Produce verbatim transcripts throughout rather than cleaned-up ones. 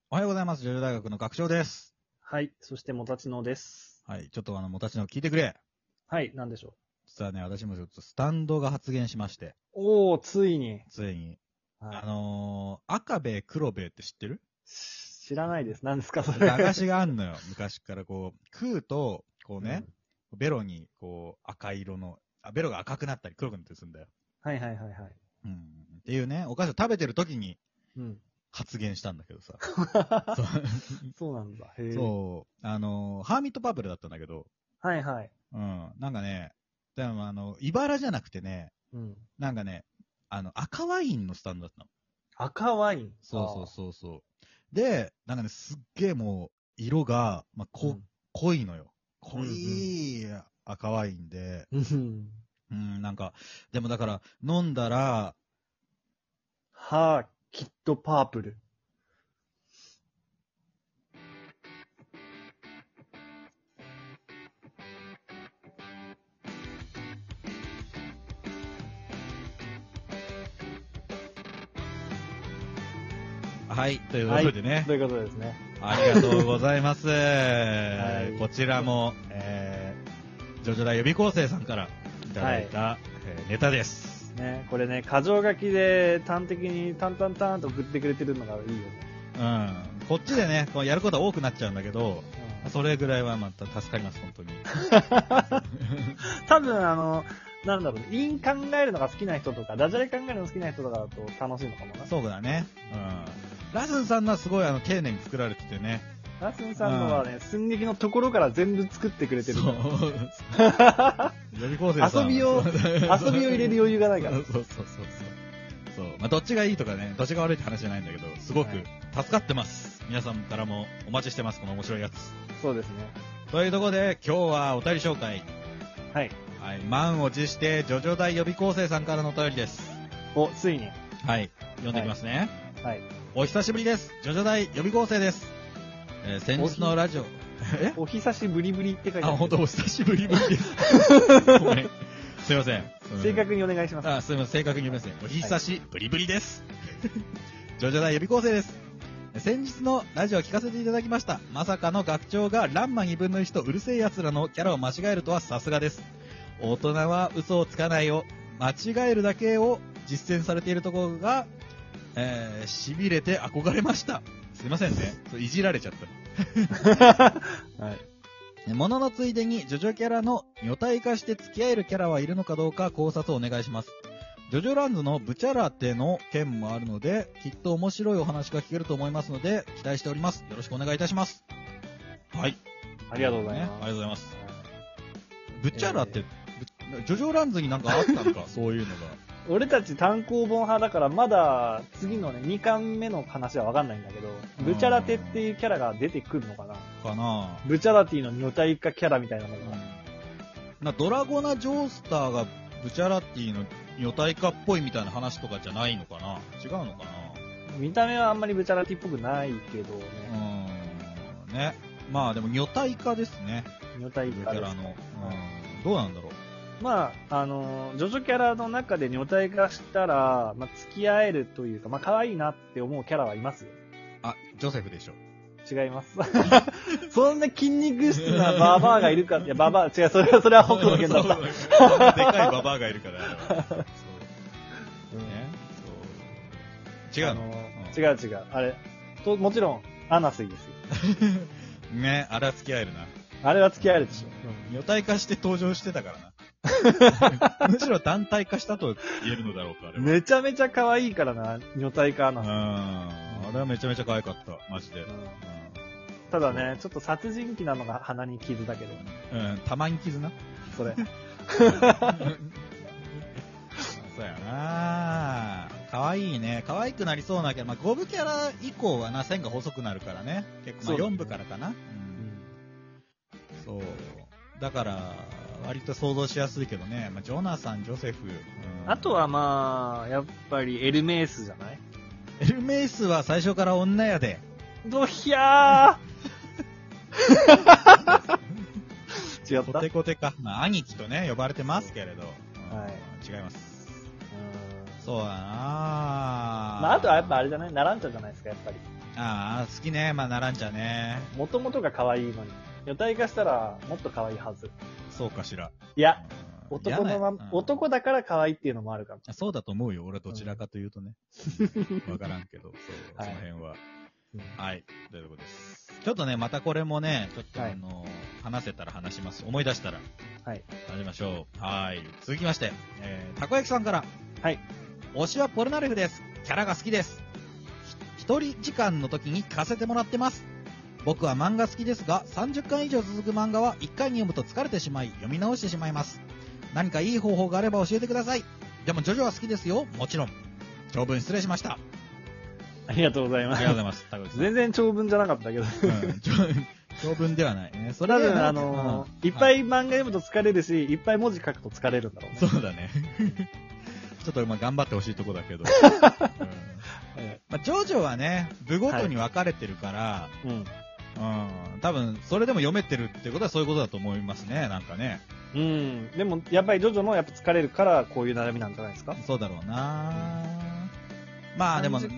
おはようございます。ジョジョ大学の学長です。 はい。そして、もたちのです。 はい。ちょっとあの、もたちの聞いてくれ。 はい。なんでしょう。 実はね、私もちょっとスタンドが発言しまして。 おー、ついに。 ついに。 はい、 あのー、赤べ黒べって知ってる？ 知らないです。何ですか、それ。 駄菓子があんのよ。昔からこう、食うと、こうね、うん、ベロにこう、赤色の、あ、ベロが赤くなったり黒くなったりするんだよ。 はいはいはいはい。 うん。っていうね、お菓子を食べてる時に、 うん。 発言したんだけどさ。 そうそうなんだ。へそう。あのー、ハーミットパープルだったんだけど。 はいはい。 うん。なんかね、でもあの、茨じゃなくてね、うん。なんかね、あの、赤ワインのスタンドだったの。 赤ワインそうそうそうそう。で、なんかね、すっげえもう、色が、まあ、こ、うん、濃いのよ。濃い赤ワインで。うん、うん、なんか、でもだから、飲んだら、 はぁ、きっとパープル。 はい、ということでね。はい、 ということですね。 ありがとうございます。はい、こちらも、えー、ジョジョ大予備校生さんからいただいた、はい、えー、ネタです。 ね、これね、箇条書きで端的にタンタンタンと送ってくれてるのがいいよね。 うん。こっちでね、こうやることは多くなっちゃうんだけど、うん、それぐらいはまた助かります、本当に。 多分あの、なんだろうね、韻考えるのが好きな人とか、ダジャレ考えるの好きな人とかだと楽しいのかもな。 そうだね。うん。ラスンさんのはすごいあの丁寧に作られててね。 ラスンさんのはね、うん、寸劇のところから全部作ってくれてる。そう。 予備校生さん。 遊びを、遊びを入れる余裕がないから。 そうそうそうそう。そう。まあ、どっちがいいとかね、どっちが悪いって話じゃないんだけど、すごく助かってます。はい、皆さんからもお待ちしてます、この面白いやつ。 そうですね。 というところで、今日はお便り紹介。 はい。 はい。満を持して、ジョジョ大予備校生さんからのお便りです。 お、ついに。 はい。読んでいきますね。 はい。はい、 お久しぶりです。ジョジョ大予備校生です。えー、先日のラジオ。 えお久しぶりぶりって書いてある。 あ、ほんとお久しぶりぶりです。ごめん。すいません。 うん、正確にお願いします。 あ、すいません。正確に言いますね。お久しぶりぶりです。はい、ジョジョ大予備校生です。先日のラジオを聞かせていただきました。まさかの学長がランマにぶんのいちとうるせえ奴らのキャラを間違えるとはさすがです。大人は嘘をつかないを間違えるだけを実践されているところが、えー、痺れて憧れました。すいませんね。いじられちゃった。はい。もののついでにジョジョキャラの女体化して付き合えるキャラはいるのかどうか考察をお願いします。ジョジョランズのブチャラテの件もあるので、きっと面白いお話が聞けると思いますので、期待しております。よろしくお願いいたします。はい。 ありがとうございます。ね、 ありがとうございます。ブチャラテ、えー、ジョジョランズになんかあったのか、そういうのが。 俺たち単行本派だからまだ次のねにかんめの話は分かんないんだけど、ブチャラテっていうキャラが出てくるのかなかなブチャラティの女体化キャラみたいなのが、 うん、なドラゴナ・ジョースターがブチャラティの女体化っぽいみたいな話とかじゃないのかな違うのかな見た目はあんまりブチャラティっぽくないけどね。 うんね。まあでも女体化ですね。 女体化です、ね。 キャラの、うん。どうなんだろう。 まあ、あの、ジョジョキャラの中で女体化したら、まあ、付き合えるというか、まあ、可愛いなって思うキャラはいますよ。 あ、ジョセフでしょ。 違います。そんな筋肉質なババアがいるか、いや、ババア、違う、それは、それは北斗の剣だった。 でかいババアがいるから、あれは。そう。ね。そう。違うの、 うん、違う違う。あれ、と、もちろん、アナスイですよ。 ね、あれは付き合えるな。 あれは付き合えるでしょ。 うん、女体化して登場してたからな。むしろ団体化したと言えるのだろうか、あれは。 めちゃめちゃ可愛いからな、女体化アナスイ。 うん。あれはめちゃめちゃ可愛かった、マジで。うんただね、ちょっと殺人鬼なのが鼻に傷だけど。 うん、たまに傷な。 それ。 そうやな可愛いね。可愛くなりそうなキャラ。まあ、ご部キャラ以降はな、線が細くなるからね。結構、まあ、よん部からかな。う、ね、うん。そう。だから、割と想像しやすいけどね。まあ、ジョナサン、ジョセフ。うん、 あとはまあ、やっぱりエルメイスじゃない？ エルメイスは最初から女やで。 ドヒャー違った？ コテコテか。まあ、兄貴とね、呼ばれてますけれど。 はい。 違います。 そうだなぁ。 まあ、あとはやっぱあれじゃないナランチャじゃないですか、やっぱり。 ああ、好きね。まあ、ナランチャね。 もともとが可愛いのに。女体化したらもっと可愛いはず。 そうかしら。 いや、 うん、 男のま、 うん、 男だから可愛いっていうのもあるかも。 そうだと思うよ。俺はどちらかというとね。わ、うん、からんけど、そう、はい、その辺は。うん、はい。ということです。ちょっとね、またこれもね、ちょっとあの、はい、話せたら話します。思い出したら。はい。話しましょう。はい。続きまして、えー、たこ焼きさんから。はい。推しはポルナレフです。キャラが好きです。一人時間の時に聞かせてもらってます。僕は漫画好きですが、さんじゅっかん以上続く漫画はいっかいに読むと疲れてしまい、読み直してしまいます。何かいい方法があれば教えてください。でもジョジョは好きですよ。もちろん。長文失礼しました。 ありがとうございます。 ありがとうございます。 全然長文じゃなかったけど。うん、 長文ではないね。 それ多分あのーうん、いっぱい漫画読むと疲れるし、いっぱい文字書くと疲れるんだろうね。 そうだね。ちょっとまあ頑張ってほしいとこだけど。うんまあ、ジョジョはね、部ごとに分かれてるから、はい、うん。うん、多分、それでも読めてるってことはそういうことだと思いますね、なんかね。 うん。でも、やっぱりジョジョもやっぱ疲れるから、こういう悩みなんじゃないですか？ そうだろうな、うん、まあでも、うん、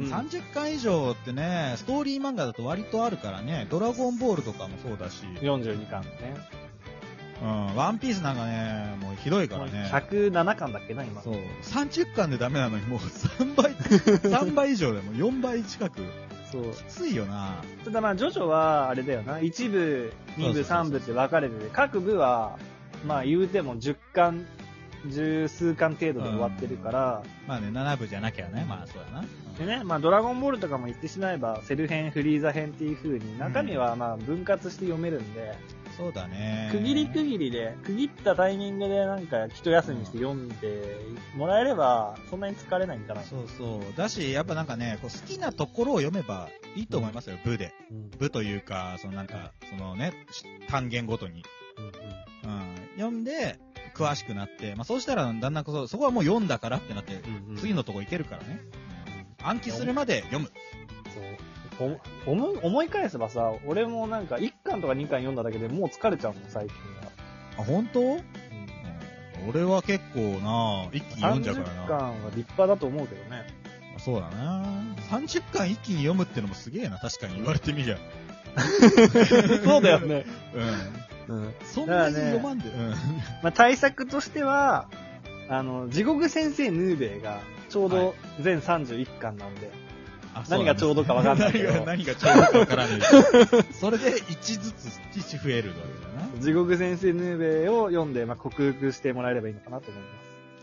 さんじゅっかん以上ってね、ストーリー漫画だと割とあるからね、ドラゴンボールとかもそうだし。 よんじゅうにかんね。 うん、ワンピースなんかね、もうひどいからね。 ひゃくななかんだっけな、今。 そう。さんじゅっかんでダメなのに、もうさんばい、さんばい以上でもよんばい近く。そう。きついよな。 ただまあ、ジョジョは、あれだよな。いち部、に部、さん部って分かれてて、各部は、まあ言うてもじゅっかん、十数巻程度で終わってるから。 うん、まあね、なな部じゃなきゃね。まあそうだな。 でね、まあドラゴンボールとかも言ってしまえば、セル編、フリーザ編っていう風に、中身はまあ分割して読めるんで、 そうだね。 区切り区切りで、区切ったタイミングでなんか一休みして読んでもらえれば、そんなに疲れないんじゃない？ そうそう。だし、やっぱなんかね、こう好きなところを読めばいいと思いますよ、うん、部で、うん。部というか、そのなんか、そのね、単元ごとに。うんうんうん、読んで、詳しくなって、まあそうしたらだんだんこう、そこはもう読んだからってなって、うんうん、次のとこいけるからね。うん、暗記するまで読む。 そうお思い、思い返せばさ、俺もなんかいっかんとかにかん読んだだけでもう疲れちゃうもん、最近は。 あ、本当？うん、俺は結構な一気に読んじゃうからな。 さんじゅっかんは立派だと思うけどね。 そうだなさんじゅっかん一気に読むってのもすげえな、確かに言われてみりゃ。 そうだよね。 うん。うん。そんなに読まんで。ね、うん。 まあ対策としては、あの、地獄先生ヌーベイがちょうど全さんじゅういっかんなんで、はい何がちょうどかわかんないけど。 何がちょうどかわからない。それでいちずついち増えるわけだな。 地獄先生ヌーベイを読んで、まあ、克服してもらえればいいのかなと思います。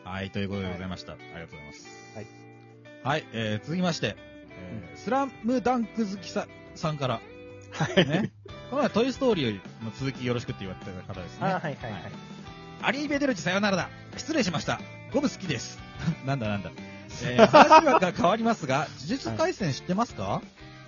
はい、ということでございました。はい、ありがとうございます。はい。はい、えー、続きまして、えーうん、スラムダンク好きさ、さんから。はい。ね。この前トイストーリーの続きよろしくって言われた方ですね。 あ、はいはいはい。はい、 アリーベデルチさよならだ。失礼しました。ゴム好きです。なんだなんだ。えー、話は変わりますが、呪術廻戦知ってますか、はい、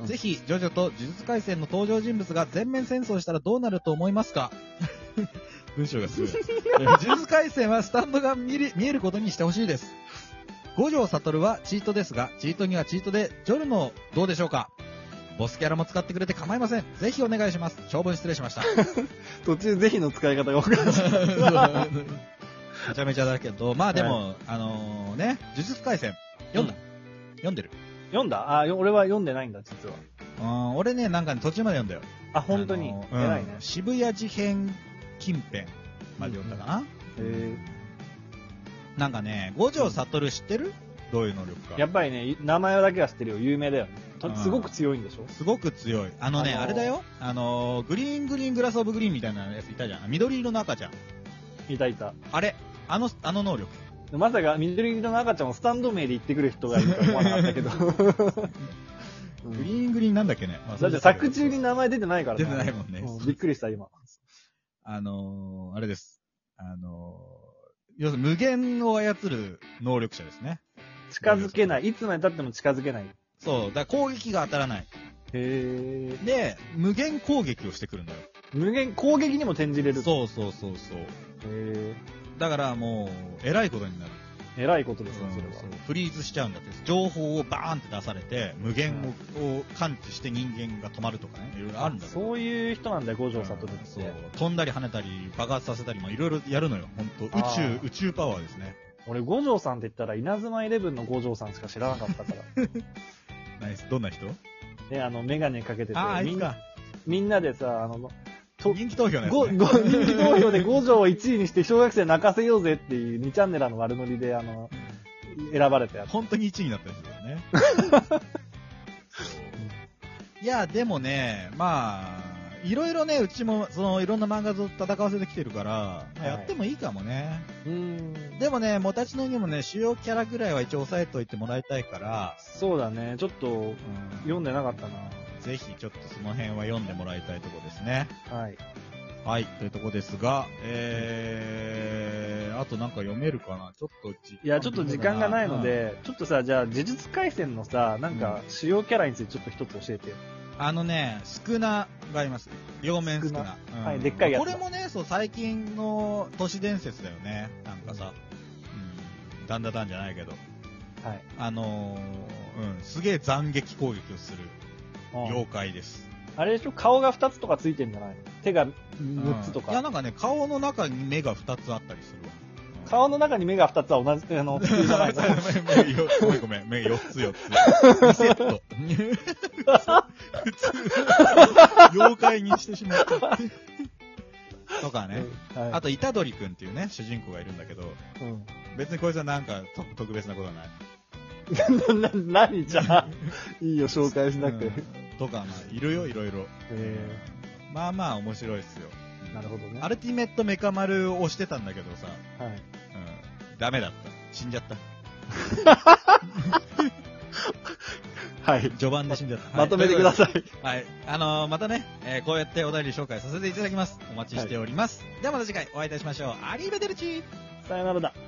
ぜひ、ジョジョと呪術廻戦の登場人物が全面戦争したらどうなると思いますか文章がすごい。呪術廻戦はスタンドが見れ、見えることにしてほしいです。五条悟はチートですが、チートにはチートで、ジョルノどうでしょうかボスキャラも使ってくれて構いません。ぜひお願いします。長文失礼しました。 途中ぜひの使い方が分からない。 めちゃめちゃだけど、まあでも、はい、あのー、ね、呪術廻戦、読んだ、うん、読んでる読んだあ、俺は読んでないんだ、実は。 あ俺ね、なんか、ね、途中まで読んだよ。 あ、本当に、あのー、偉いね、 うん。渋谷事変近辺まで読んだかな。うんうん、へー。なんかね、五条悟知ってる、どういう能力か。 やっぱりね、名前だけは知ってるよ。有名だよね。すごく強いんでしょ？ すごく強い。あのね、あのー、あれだよ。あのー、グリーングリーングラスオブグリーンみたいなやついたじゃん。緑色の赤ちゃん。 いたいた。 あれ。あの、あの能力。 まさか緑色の赤ちゃんをスタンド名で言ってくる人がいるとは思わなかったけど。 うん、グリーングリーンなんだっけね。 まあ、だって作中に名前出てないからね。出てないもんね。 うん、びっくりした、今。 あのー、あれです。あのー、要するに無限を操る能力者ですね。 近づけない。いつまで経っても近づけない。 そう。だから攻撃が当たらない。 へー。 で、無限攻撃をしてくるんだよ。 無限攻撃にも転じれる。 そうそうそうそう。 へー。 だからもう、偉いことになる。 偉いことですね、それは。 そう。フリーズしちゃうんだって。情報をバーンって出されて、無限を感知して人間が止まるとかね。いろいろあるんだけど。 そういう人なんだよ、五条悟って、 そう。飛んだり跳ねたり、爆発させたり、まあいろいろやるのよ。本当宇宙、宇宙パワーですね。 俺、五条さんって言ったら、稲妻イレブンの五条さんしか知らなかったから。 ナイス。どんな人？ ね、あの、メガネかけてて。 ああ、あいつか。 みんなでさ、あの、 と人気投票のやつ、 ご、 ね。 ご、人気投票で五条をいちいにして小学生泣かせようぜっていうにチャンネルの悪ノリで、あの、選ばれたやつ。 本当にいちいになった人だよね。いや、でもね、まあ、いろいろね、うちも、その、いろんな漫画と戦わせてきてるから、まあ、やってもいいかもね。 うーん。 でもね、もたちのにもね、主要キャラぐらいは一応押さえといてもらいたいから、 そうだね。ちょっと、 うん、 読んでなかったな。 ぜひ、ちょっとその辺は読んでもらいたいところですね。 はい。 はい、というところですが、えー、あとなんか読めるかなちょっと時間。 いや、ちょっと時間がないので、うん、ちょっとさ、じゃあ、呪術廻戦のさ、なんか、主要キャラについてちょっと一つ教えてよ。 あのね、スクナがいます。両面スクナ。 うん、はい、でっかいやつ。 これもね、そう、最近の都市伝説だよね。なんかさ、うん、だんだんだんじゃないけど。 はい。 あのー、うん、すげえ斬撃攻撃をする妖怪です。 あれでしょ、顔がふたつとかついてんじゃないの？手がむっつとか、 うん。いや、なんかね、顔の中に目がふたつあったりするわ。 顔の中に目がふたつは同じ、あの、普通じゃないのごめんごめん、目よっつよっつ。にセット。普通。妖怪にしてしまった。とかね。うん、はい、あと、虎杖くんっていうね、主人公がいるんだけど、うん、別にこいつはなんか特別なことはない。 な、な、何じゃあ、いいよ、紹介しなくて。うん、 とか、まあ、いるよ、いろいろ。えー、まあまあ、面白いっすよ。 なるほどね。 アルティメットメカ丸を押してたんだけどさ、はい。うん。ダメだった。死んじゃった。はい。序盤で死んじゃった。 まとめてください。 はい。あのー、またね、えー、こうやってお便り紹介させていただきます。お待ちしております。はい、ではまた次回お会いいたしましょう。アリーベデルチー。 さよならだ。